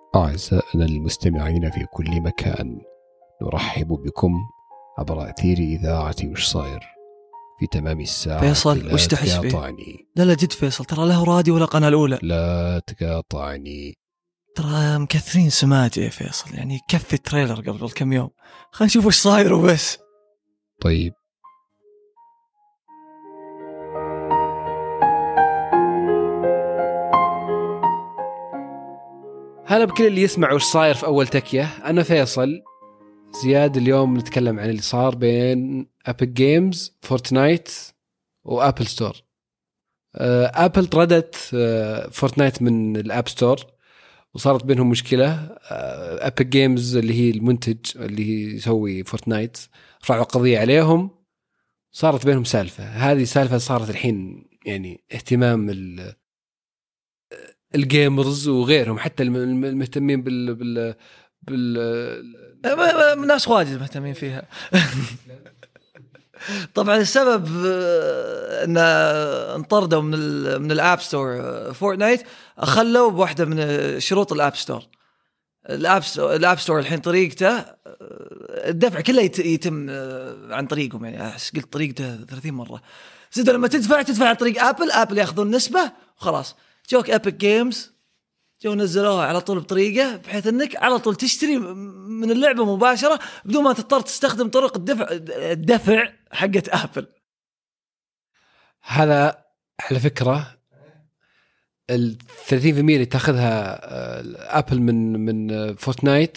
أعزائنا المستمعين في كل مكان، نرحب بكم عبر أثير إذاعة وش صاير في تمام الساعة. فيصل وش تحس فيه؟ لا جد فيصل، ترى له راديو ولا قناة الأولى. لا تقاطعني، ترى مكثرين سماجة يا فيصل، يعني كفي التريلر قبل كم يوم، خلينا نشوف وش صاير وبس. طيب هلا بكل اللي يسمع وش صاير في أول تكية. أنا فيصل زياد. اليوم نتكلم عن اللي صار بين أبيك جيمز، فورتنايت وأبل ستور. أبل طردت فورتنايت من الأب ستور وصارت بينهم مشكلة. أبيك جيمز اللي هي المنتج اللي يسوي فورتنايت رفعوا قضية عليهم، صارت بينهم سالفة. هذه سالفة صارت الحين يعني اهتمام الجيمرز وغيرهم، حتى المهتمين ناس واجد مهتمين فيها. طبعا السبب ان انطردوا من الاب ستور فورتنايت، خلوا بواحده من شروط الاب ستور. الاب ستور الحين طريقته الدفع كله يتم عن طريقهم، يعني احس قلت طريقته 30 مره. زيد لما تدفع عن طريق ابل ياخذون نسبه وخلاص. جوك ابيك جيمز جو نزلوها على طول بطريقه بحيث انك على طول تشتري من اللعبه مباشره بدون ما تضطر تستخدم طرق الدفع حقت ابل. هذا على فكره ال 30% اللي تاخذها ابل من فورتنايت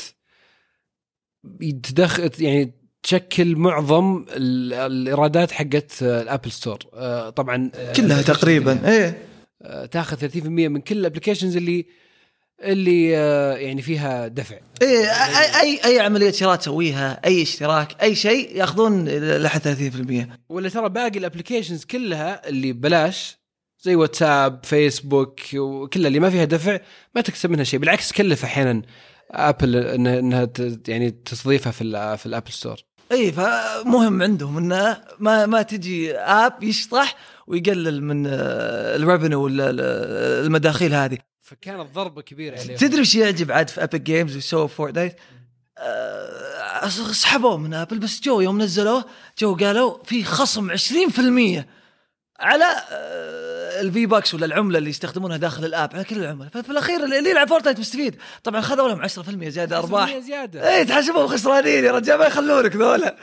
يتدخل، يعني تشكل معظم الايرادات حقت الابل ستور. طبعا كلها تقريبا تاخذ 30% من كل الابلكيشنز اللي يعني فيها دفع. اي عمليه شراء تسويها، اي اشتراك، اي شيء ياخذون لحد 30%. ولا ترى باقي الابلكيشنز كلها اللي بلاش زي واتساب، فيسبوك وكلها اللي ما فيها دفع ما تكسب منها شيء، بالعكس كلف احيانا ابل انها يعني تستضيفها في الابل ستور. فمهم عندهم انه ما تجي اب يشطح ويقلل من الريفينيو ولا المداخيل هذه، فكانت ضربة كبيرة عليهم. تدري وش يعجب عاد في أبيك جيمز وسووا فورتنايت؟ سحبوه من أبل، بس جو يوم نزلوه قالوا في خصم 20% على الفي باكس ولا العملة اللي يستخدمونها داخل الآب على كل العملاء. ففي الأخير اللي يلعب فورتنايت مستفيد. طبعا خذوا لهم 10% زيادة أرباح زيادة. تحسبوا خسرانين يا رجال، ما يخلونك ذولا.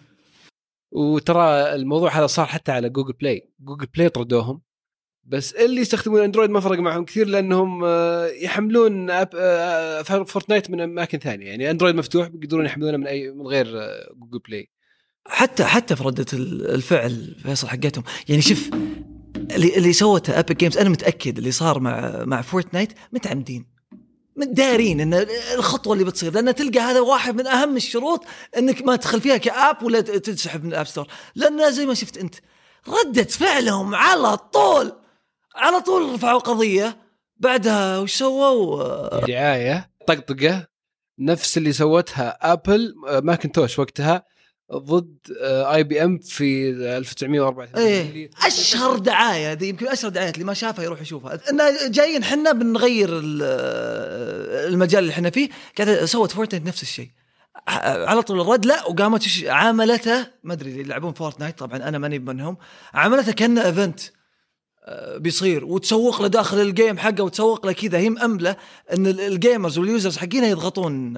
وترى الموضوع هذا صار حتى على جوجل بلاي طردوهم، بس اللي يستخدمون اندرويد ما فرق معهم كثير لانهم يحملون فورتنايت من اماكن ثانيه، يعني اندرويد مفتوح بيقدرون يحملونه من غير جوجل بلاي. حتى في ردة الفعل فيصل حقتهم، يعني شوف اللي سوته ابيك جيمز، انا متاكد اللي صار مع فورتنايت متعمدين، متدارين ان الخطوه اللي بتصير، لان تلقى هذا واحد من اهم الشروط انك ما تدخل فيها كاب ولا تنسحب من الاب ستور، لان زي ما شفت انت ردة فعلهم على طول رفعوا قضية. بعدها وش سووا؟ دعاية طقطقة نفس اللي سوتها أبل ماكنتوش وقتها ضد اي بي ام في 1934. اشهر دعايه دي، يمكن اشهر دعايات اللي ما شافها يروح يشوفها. ان جايين حنا بنغير المجال اللي حنا فيه. قاعد سوت فورتنايت نفس الشيء على طول الرد لا، وقامت عاملته ما ادري اللي يلعبون فورتنايت، طبعا انا ماني منهم، عملته كأنه ايفنت بيصير وتسوق له داخل الجيم حقه وتسوق له كذا. هي مأملة ان الجيمرز واليوزرز حقينها يضغطون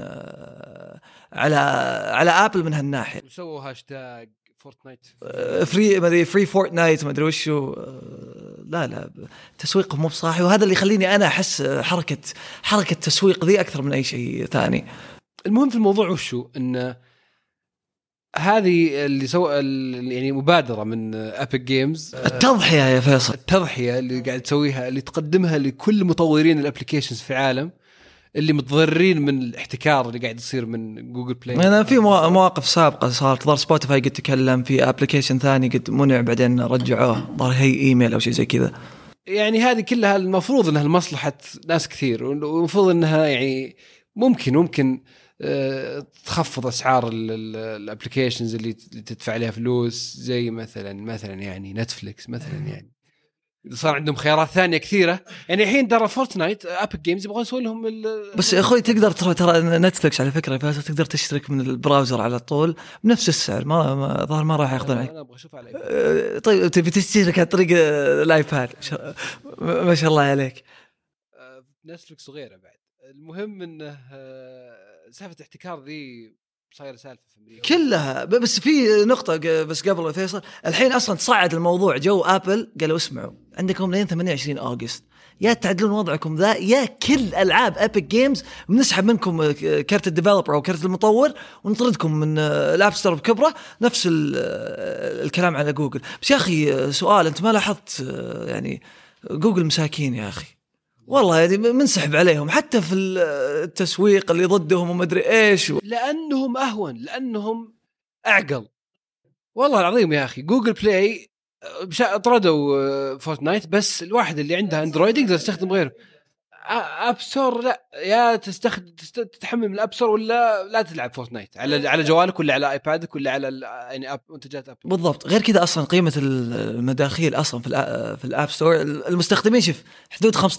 على ابل من هالناحيه. وسووا هاشتاج فورتنايت فري فورتنايت ما ادري وشو. لا تسويقهم مو بصاحي، وهذا اللي يخليني انا احس حركه تسويق ذي اكثر من اي شيء ثاني. المهم في الموضوع وشو ان هذه اللي سوى يعني مبادرة من أبيك جيمز، التضحية يا فيصل، التضحية اللي قاعد تسويها، اللي تقدمها لكل مطورين الابليكيشنز في العالم اللي متضررين من الاحتكار اللي قاعد يصير من جوجل بلاي. أنا في مواقف سابقة صارت، ظهر سبوتيفاي قد تكلم في ابليكيشن ثاني قد منع بعدين رجعوه، ظهر هي ايميل أو شيء زي كذا. يعني هذه كلها المفروض أنها لمصلحة ناس كثير، والمفروض أنها يعني ممكن تخفض أسعار الابليكيشنز اللي تدفع عليها فلوس، زي مثلا يعني نتفليكس مثلا. يعني صار عندهم خيارات ثانيه كثيره. يعني الحين ترى فورتنايت ابيك جيمز يبغون يسوون لهم بس يا اخوي تقدر ترى نتفلكس على فكره فاز تقدر تشترك من البراوزر على طول بنفس السعر ما ظهر ما راح ياخذون عليك. انا ابغى اشوف على طيب تبي تشترك عن طريق الايباد ما شاء الله عليك. نتفلكس وغيره بعد. المهم انه سالفه احتكار ذي صاير سالفه في امريكا كلها. بس في نقطه بس قبل فيصل الحين اصلا تصعد الموضوع جو ابل قالوا اسمعوا عندكم لين 28 أغسطس يا تعدلون وضعكم ذا يا كل العاب ابيك جيمز بنسحب منكم كارت الديفلوبر او كارت المطور ونطردكم من الاب ستور بكبره. نفس الكلام على جوجل. بس يا اخي سؤال انت ما لاحظت يعني جوجل مساكين يا اخي والله يعني منسحب عليهم حتى في التسويق اللي ضدهم وما ادري ايش لانهم اهون لانهم اعقل والله العظيم يا اخي. جوجل بلاي طردوا فورتنايت بس الواحد اللي عنده اندرويد يقدر يستخدم غيره. اب ستور لا يا تحمل من الاب ستور ولا لا تلعب فورتنايت على جوالك ولا على ايبادك ولا على يعني منتجات ابل. بالضبط. غير كذا اصلا قيمه المداخيل اصلا في الاب ستور المستخدمين شوف حدود 15%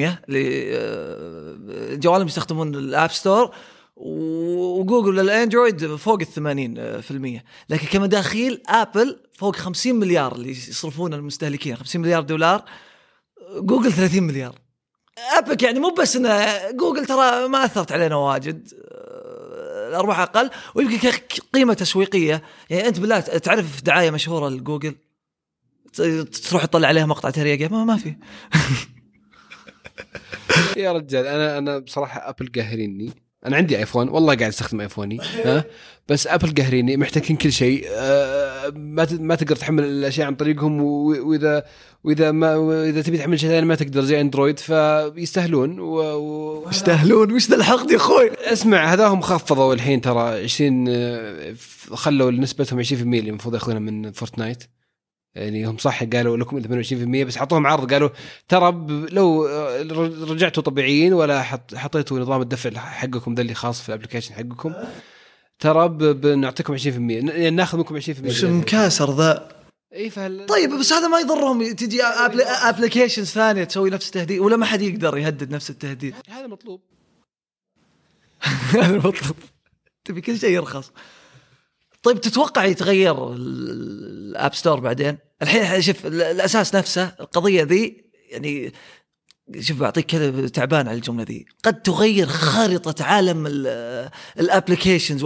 لجوالهم يستخدمون الاب ستور وجوجل للاندرويد فوق 80%. لكن كمداخيل ابل فوق 50 مليار اللي يصرفون المستهلكين 50 مليار دولار. جوجل 30 مليار. أبك يعني مو بس إن جوجل ترى ما أثرت علينا واجد الأرباح أقل ويمكن قيمة تسويقية. يعني أنت بالله تعرف دعاية مشهورة لجوجل تروح تطلع عليها مقطع تريقة ما في. يا رجال أنا بصراحة أبل قاهريني. أنا عندي آيفون والله قاعد أستخدم آيفوني بس أبل قاهريني محتاجين كل شيء ما تقدر تحمل الأشياء عن طريقهم وإذا تبي تحمل شيء ثاني ما تقدر زي أندرويد فيستهلون يستهلون وش ذا الحقد يا أخوي. اسمع هذاهم خفضوا الحين ترى 20 خلوا نسبتهم 20% اللي المفروض يأخذونها من فورتنايت. يعني هم صح قالوا لكم 28% بس عطوهم عرض قالوا ترى لو رجعتوا طبيعيين ولا حطيتوا نظام الدفع حقكم ذا اللي خاص في الابلكيشن حقكم ترى بنعطيكم 20% يعني ناخذ منكم 20%. مش مكاسر ذا. طيب بس هذا ما يضرهم تجي ابلكيشنز ثانيه تسوي نفس التهديد ولا ما حد يقدر يهدد نفس التهديد. هذا مطلوب. هذا مطلوب. تبي كل شيء يرخص. طيب تتوقع يتغير الاب ستور بعدين؟ الحين شوف الاساس نفسه القضيه ذي يعني شوف بعطيك كذا تعبان على الجمله ذي قد تغير خارطه عالم الابلكيشنز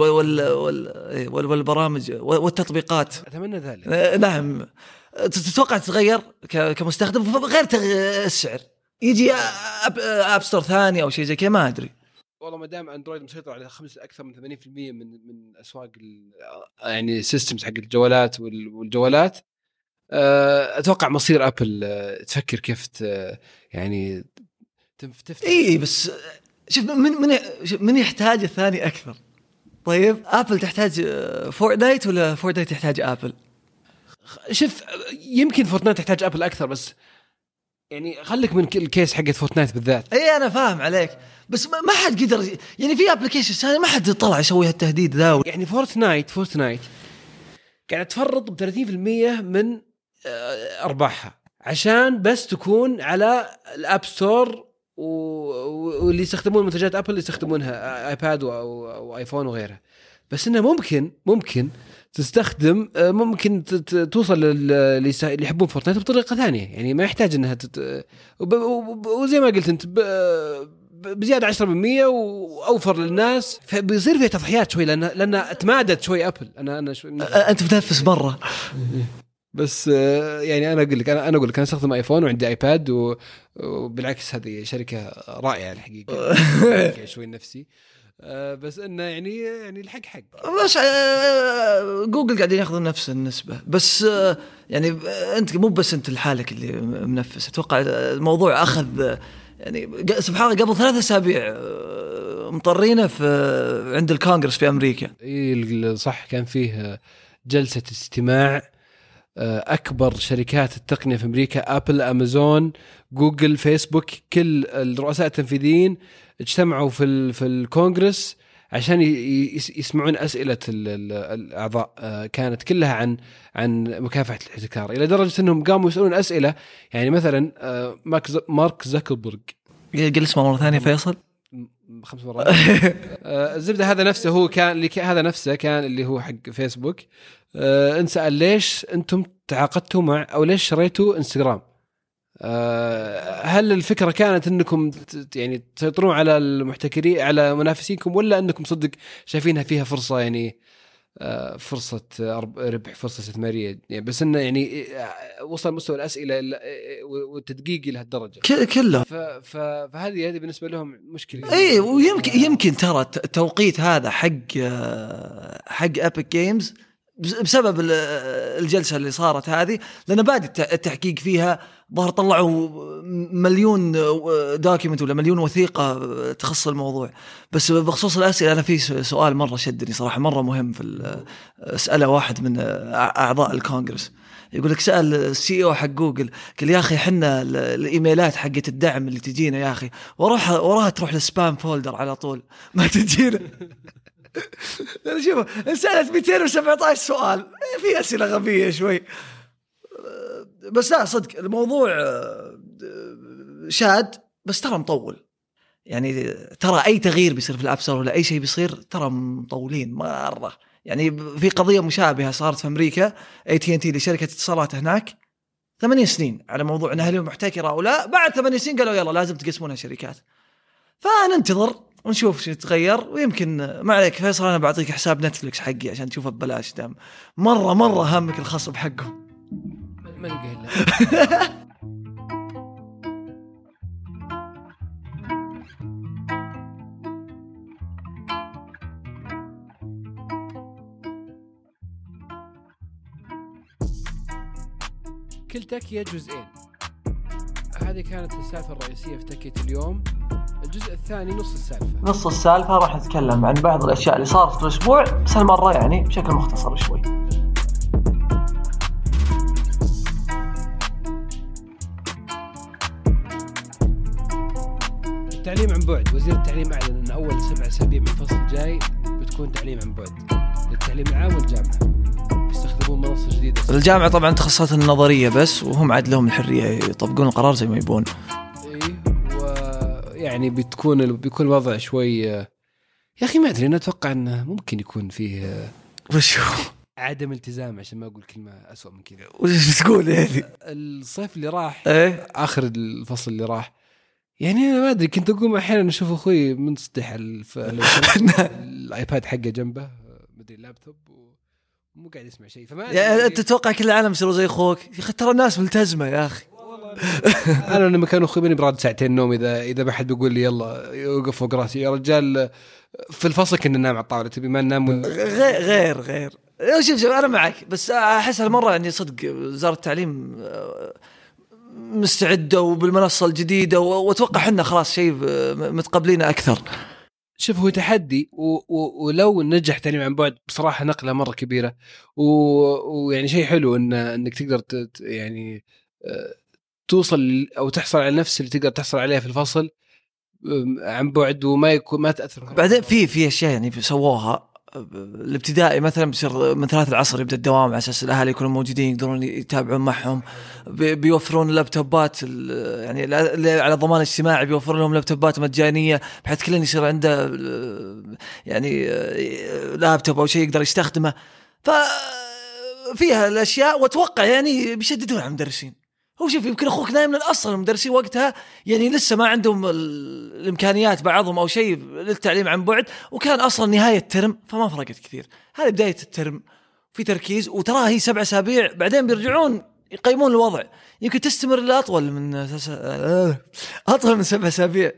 والبرامج والتطبيقات. اتمنى ذلك. نعم. تتوقع تتغير كمستخدم غير السعر يجي اب ستور ثاني او شيء زي كذا ما ادري والله ما دام اندرويد مسيطر على اكثر من 80% من اسواق يعني سيستمز حق الجوالات والجوالات اتوقع مصير ابل تفكر كيف يعني تفتح. اي بس شوف من يحتاج الثاني اكثر. طيب ابل تحتاج فورتنايت ولا فورتنايت تحتاج ابل؟ شوف يمكن فورتنايت تحتاج ابل اكثر بس يعني خليك من الكيس حقت فورتنايت بالذات. اي انا فاهم عليك بس ما حد قدر يعني في ابلكيشن ثاني ما حد طلع يسوي هالتهديد ذا. يعني فورتنايت قاعد تفرط ب 30% من ارباحها عشان بس تكون على الاب ستور واللي يستخدمون منتجات ابل يستخدمونها ايباد او ايفون وغيرها. بس انه ممكن تستخدم ممكن توصل اللي يحبون فورتنايت بطريقه ثانيه. يعني ما يحتاج انها وزي ما قلت انت بزياده 10% واوفر للناس فبيصير فيها تضحيات شوي لان اتمادت شوي ابل. انا شوي انت بتنفس برا بس يعني انا اقول لك انا استخدم ايفون وعندي ايباد وبالعكس هذه شركه رائعه الحقيقه شوي نفسي بس انه يعني الحق بس جوجل قاعدين ياخذون نفس النسبه بس يعني انت مو بس انت لحالك اللي منفس. اتوقع الموضوع اخذ يعني سبحان الله قبل 3 أسابيع مطرينا في عند الكونغرس في امريكا. اي صح كان فيه جلسه استماع أكبر شركات التقنية في أمريكا أبل أمازون جوجل فيسبوك كل الرؤساء التنفيذيين اجتمعوا في الكونغرس عشان يسمعون أسئلة الأعضاء، كانت كلها عن مكافحة الاحتكار، إلى درجة أنهم قاموا يسألون أسئلة. يعني مثلا مارك زكربرج، قل اسمه مرة ثانية فيصل 5 مرات. الزبدة هذا نفسه هو كان هذا نفسه كان اللي هو حق فيسبوك. انسأل ليش أنتم تعاقدتوا مع أو ليش شريتوا انستغرام؟ هل الفكرة كانت أنكم يعني تسيطرون على المحتكرين على منافسينكم، ولا أنكم صدق شايفينها فيها فرصة، يعني فرصة ربح، فرصة استثمارية يعني، بس إنه يعني وصل مستوى الأسئلة والتدقيق لهالدرجة كله. فهذه بالنسبة لهم مشكلة. إيه، ويمكن ترى التوقيت هذا حق أبيك جيمز بسبب الجلسة اللي صارت هذه، لأن بادي التحقيق فيها ظهر طلعوا 1,000,000 دوكيمنت ولا 1,000,000 وثيقة تخص الموضوع. بس بخصوص الأسئلة أنا في سؤال مرة شدني صراحة، مرة مهم. في أسأله واحد من أعضاء الكونغرس، يقول لك سأل السي او حق جوجل، قال يا أخي حنا الإيميلات حقت الدعم اللي تجينا يا أخي وراها تروح للسبام فولدر على طول ما تجينا. شوف سألت 217 سؤال، في أسئلة غبية شوي. بس لا صدق الموضوع شاد، بس ترى مطول. يعني ترى أي تغيير بيصير في الأب ستور ولا أي شيء بيصير ترى مطولين مرة. يعني في قضية مشابهة صارت في أمريكا، AT&T لشركة اتصالات هناك 8 سنين على موضوع أنها اليوم محتكرة أو لا. بعد 8 سنين قالوا يلا لازم تقسمونها شركات. فننتظر ونشوف شو يتغير. ويمكن ما عليك فيصل، أنا بعطيك حساب نتفليكس حقي عشان تشوفه ببلاش دام مرة هامك الخصم حقه. ما نلقى إلا كل تكية جزئين. هذه كانت السالفة الرئيسية في تكية اليوم. الجزء الثاني نص السالفة راح نتكلم عن بعض الأشياء اللي صارت في الأسبوع، بس هالمرة يعني بشكل مختصر شوي. التعليم عن بعد. وزير التعليم أعلن أن أول 7 أسابيع من الفصل الجاي بتكون تعليم عن بعد للتعليم العام والجامعة. بيستخدمون منصة جديدة. الجامعة طبعا تخصصات النظرية بس، وهم عاد لهم الحرية يطبقون القرار زي ما يبون. يعني بيكون الوضع شوي يا أخي ما أدري. أنا أتوقع أنه ممكن يكون فيه عدم التزام، عشان ما أقول كلمة أسوأ من كذا. وش تقول يعني؟ الصيف اللي راح آخر الفصل اللي راح، يعني أنا ما أدري، كنت أقوم أحيانا أشوف أخوي منسطح الآيباد حقه جنبه، مدري اللابتوب، ومو قاعد يسمع شيء. فما يعني أنت تتوقع كل العالم يصيروا زي أخوك؟ يا أخي ترى الناس ملتزمة يا أخي. أنا لما كان أخوي بني براد 2 ساعة نوم، إذا ما حد بيقول لي يلا يوقف فوق راسي يا رجال. في الفصل كنا ننام على الطاولة، تبي ما ننام غير. شوف أنا معك، بس أحس هالمرة يعني صدق وزارة التعليم مستعدة وبالمنصة الجديدة، وأتوقع حنا خلاص شيء متقبلين أكثر. شوف هو تحدي، ولو نجح تعليم عن بعد بصراحة نقلة مرة كبيرة، ويعني شيء حلو إنك تقدر يعني توصل أو تحصل على نفس اللي تقدر تحصل عليها في الفصل عن بعد، ما تأثر. بعدين في أشياء يعني سووها. الابتدائي مثلا بيصير من 3 العصر يبدأ الدوام على أساس الأهل يكونوا موجودين يقدرون يتابعون معهم. بيوفرون لابتوبات يعني على ضمان اجتماعي، بيوفرون لهم لابتوبات مجانية بحيث كلن يصير عنده يعني لابتوب أو شيء يقدر يستخدمه. ففيها الأشياء، واتوقع يعني بيشددون على المدرسين. هو شوف يمكن أخوك نايم من الأصل، المدرسين وقتها يعني لسه ما عندهم الإمكانيات بعضهم أو شيء للتعليم عن بعد، وكان أصلا نهاية الترم فما فرقت كثير. هذه بداية الترم في تركيز، وترى هي 7 أسابيع بعدين بيرجعون يقيمون الوضع. يمكن تستمر لأطول من 7 أسابيع.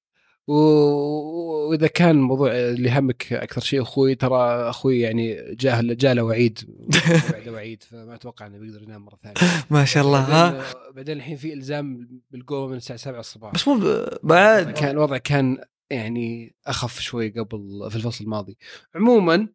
وإذا كان الموضوع اللي همك أكثر شيء أخوي، ترى أخوي يعني جاء له وعيد بعد وعيد، فما أتوقع أنه بيقدر ينام مرة ثانية ما شاء الله. بعدين الحين في إلزام بالقوة من الساعة 7 الصباح، بس مو بعد كان الوضع كان يعني أخف شوي قبل في الفصل الماضي. عموما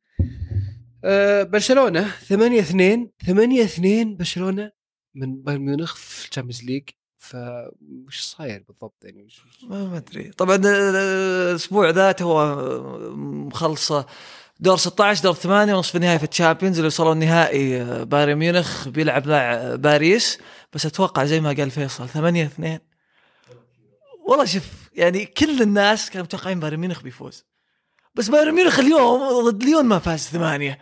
برشلونة 8-2 برشلونة من بايرن ميونخ في الشامبيونز ليج. فوش صاير بالضبط يعني ما أدري. طبعا الأسبوع ذات هو مخلصة دور 16 دور 8 ونصف النهائي في الشامبيونز اللي وصلوا النهائي. بايرن ميونخ بيلعب مع باريس، بس أتوقع زي ما قال فيصل 8-2. والله شوف يعني كل الناس كانوا متوقعين بايرن ميونخ بيفوز، بس بايرن ميونخ اليوم ضد ليون ما فاز 8.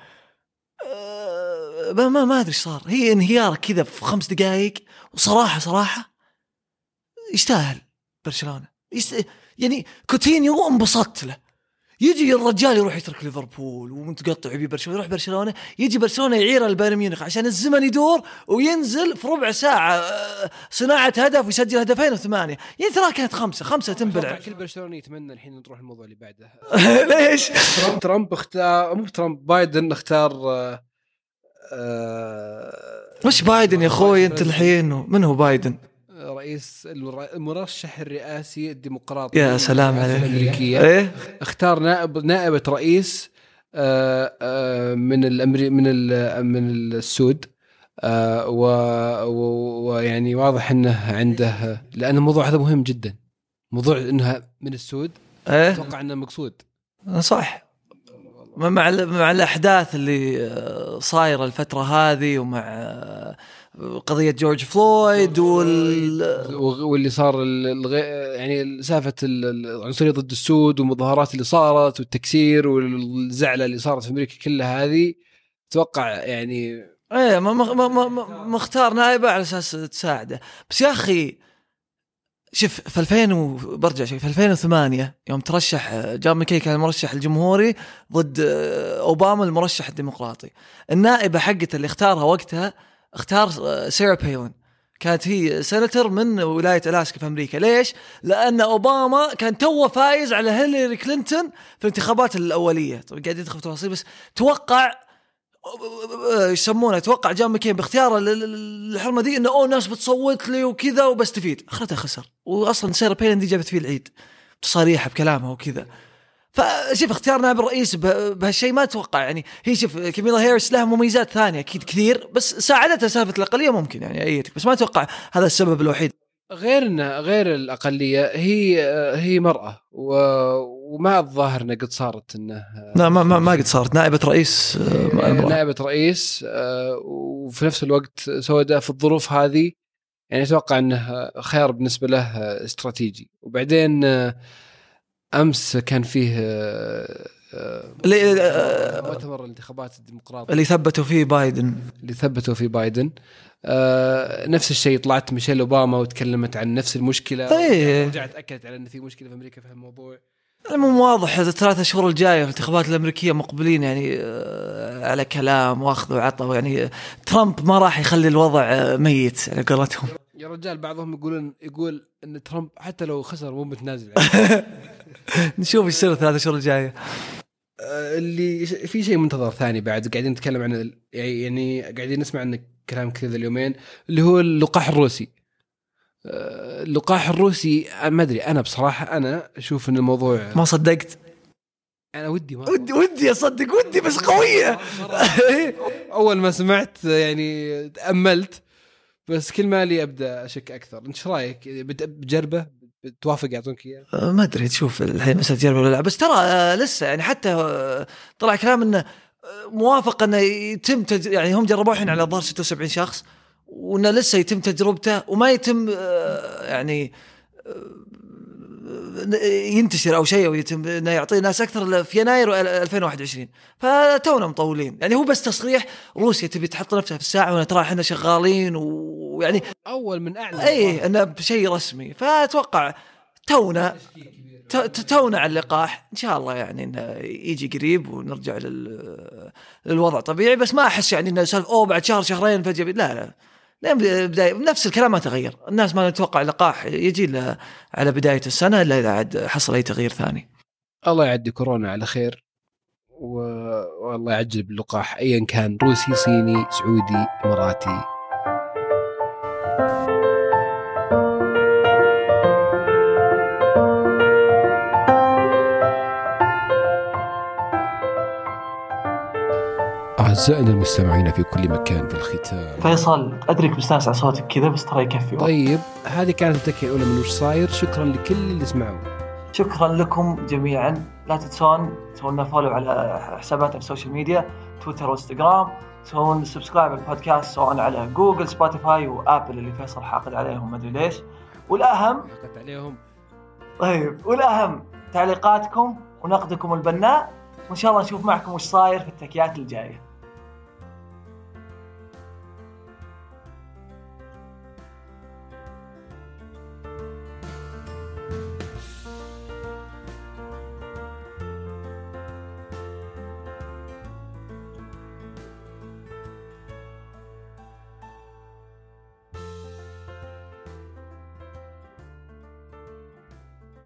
ما أدري صار، هي انهيار كذا في 5 دقائق. وصراحة يستاهل برشلونة. يعني كوتينيو انبسطت له، يجي الرجال يروح يترك ليفربول ومتقطع يبي برشلونة، يروح برشلونة، يجي برشلونة يعير البايرن ميونخ عشان الزمن يدور وينزل في ربع ساعة صناعة هدف ويسجل 2 و8. يعني ترى كانت 5 تنبلع. كل برشلونة يتمنى الحين نروح الموضوع اللي بعده. ليش؟ ترامب اختار، مو ترامب، بايدن اختار مش بايدن يا اخوي انت الحين. من هو بايدن؟ رئيس المرشح الرئاسي الديمقراطي. يا سلام عليك. الأمريكية. ايه اختار نائبة رئيس من السود. ويعني واضح انه عنده، لان الموضوع هذا مهم جدا، موضوع انها من السود. ايه اتوقع انه مقصود صح مع الاحداث اللي صايره الفتره هذه، ومع قضيه جورج فلويد واللي صار يعني سالفه العنصريه ضد السود والمظاهرات اللي صارت والتكسير والزعله اللي صارت في امريكا كلها هذه. اتوقع يعني ايه مختار نائبه على اساس تساعده. بس يا اخي شوف في 2000 برجع شوف في 2008 يوم ترشح جون ماكين كان المرشح الجمهوري ضد اوباما المرشح الديمقراطي، النائبه حقته اللي اختارها وقتها اختار سيرا بالين، كانت هي سيناتور من ولايه الاسكا في امريكا. ليش؟ لان اوباما كان توه فايز على هيلاري كلينتون في الانتخابات الاوليه. طبعا قاعد يدخل في تفاصيل، بس توقع يسمونه توقع جون ماكين باختياره الحرمه دي انه ناس بتصوت لي وكذا وبستفيد. اخرتها خسر، واصلا سيرا بالين دي جابت فيه العيد تصاريحها بكلامها وكذا. فشوف اختيار نائب الرئيس بهالشيء ما اتوقع يعني. هي شوف كاميلا هيرس لها مميزات ثانيه اكيد كثير، بس ساعدتها سالفه الاقليه ممكن يعني ايتك، بس ما اتوقع هذا السبب الوحيد. غير الأقلية هي مرأة وما الظاهر أنها قد صارت أنه لا ما قد صارت نائبة رئيس. نائبة رئيس وفي نفس الوقت سوداء في الظروف هذه، يعني أتوقع أنه خيار بالنسبة له استراتيجي. وبعدين أمس كان فيه مؤتمر الانتخابات الديمقراطية اللي ثبتوا فيه بايدن. نفس الشيء، طلعت ميشيل أوباما وتكلمت عن نفس المشكلة. ورجعت أكدت على أن في مشكلة في أمريكا في الموضوع. المهم واضح هذا 3 أشهر الجاية في الانتخابات الأمريكية مقبلين يعني على كلام واخذ وعطى. يعني ترامب ما راح يخلي الوضع ميت على قولتهم. يا رجال بعضهم يقول أن ترامب حتى لو خسر مو متنازل. نشوف ايش يصير 3 أشهر الجاية. اللي في شيء منتظر ثاني بعد قاعدين نتكلم عن، يعني قاعدين نسمع عن كلام كذا اليومين، اللي هو اللقاح الروسي. اللقاح الروسي ما ادري، انا بصراحه انا اشوف ان الموضوع ما صدقت. انا ودي اصدق ودي بس قويه. اول ما سمعت يعني تاملت، بس كل ما لي ابدا اشك اكثر. انت رايك بجربه؟ بتوافق يعطونك اياه؟ ما ادري، تشوف الحين مثلا تجربه ولا لا. بس ترى لسه يعني حتى طلع كلام انه موافق انه يتم يعني هم جربوه الحين على ظهر 76 شخص، وانه لسه يتم تجربته وما يتم يعني ينتشر او شيء، ويتم انه يعطي ناس اكثر في يناير 2021. فتونا مطولين يعني. هو بس تصريح روسيا تبي تحط نفسها في الساعه، وانا ترى احنا شغالين ويعني اول من اعلن اي انه بشيء رسمي. فاتوقع تونا على اللقاح ان شاء الله يعني انه يجي قريب ونرجع للوضع طبيعي. بس ما احس يعني انه سالفه بعد شهر شهرين فجأة لا بداية نفس الكلام ما تغير. الناس ما نتوقع اللقاح يجي على بداية السنة إلا إذا عاد حصل أي تغيير ثاني. الله يعدي كورونا على خير، والله يعجل باللقاح أيا كان، روسي صيني سعودي إماراتي. أعزائنا المستمعين في كل مكان، في الختام فيصل أدرك مستانس على صوتك كذا بس ترى يكفي. طيب هذه كانت التكية الأولى من وش صاير. شكرا لكل اللي سمعوا. شكرا لكم جميعا. لا تنسون تسوون فولو على حساباتنا في السوشيال ميديا، تويتر وانستغرام، تسوون سبسكرايب البودكاست سواء على جوجل سبوتيفاي وآبل اللي فيصل حاقد عليهم ما أدري ليش. والأهم حقت عليهم. طيب والأهم تعليقاتكم ونقدكم البناء، وإن شاء الله نشوف معكم وش صاير في التكيات الجاية.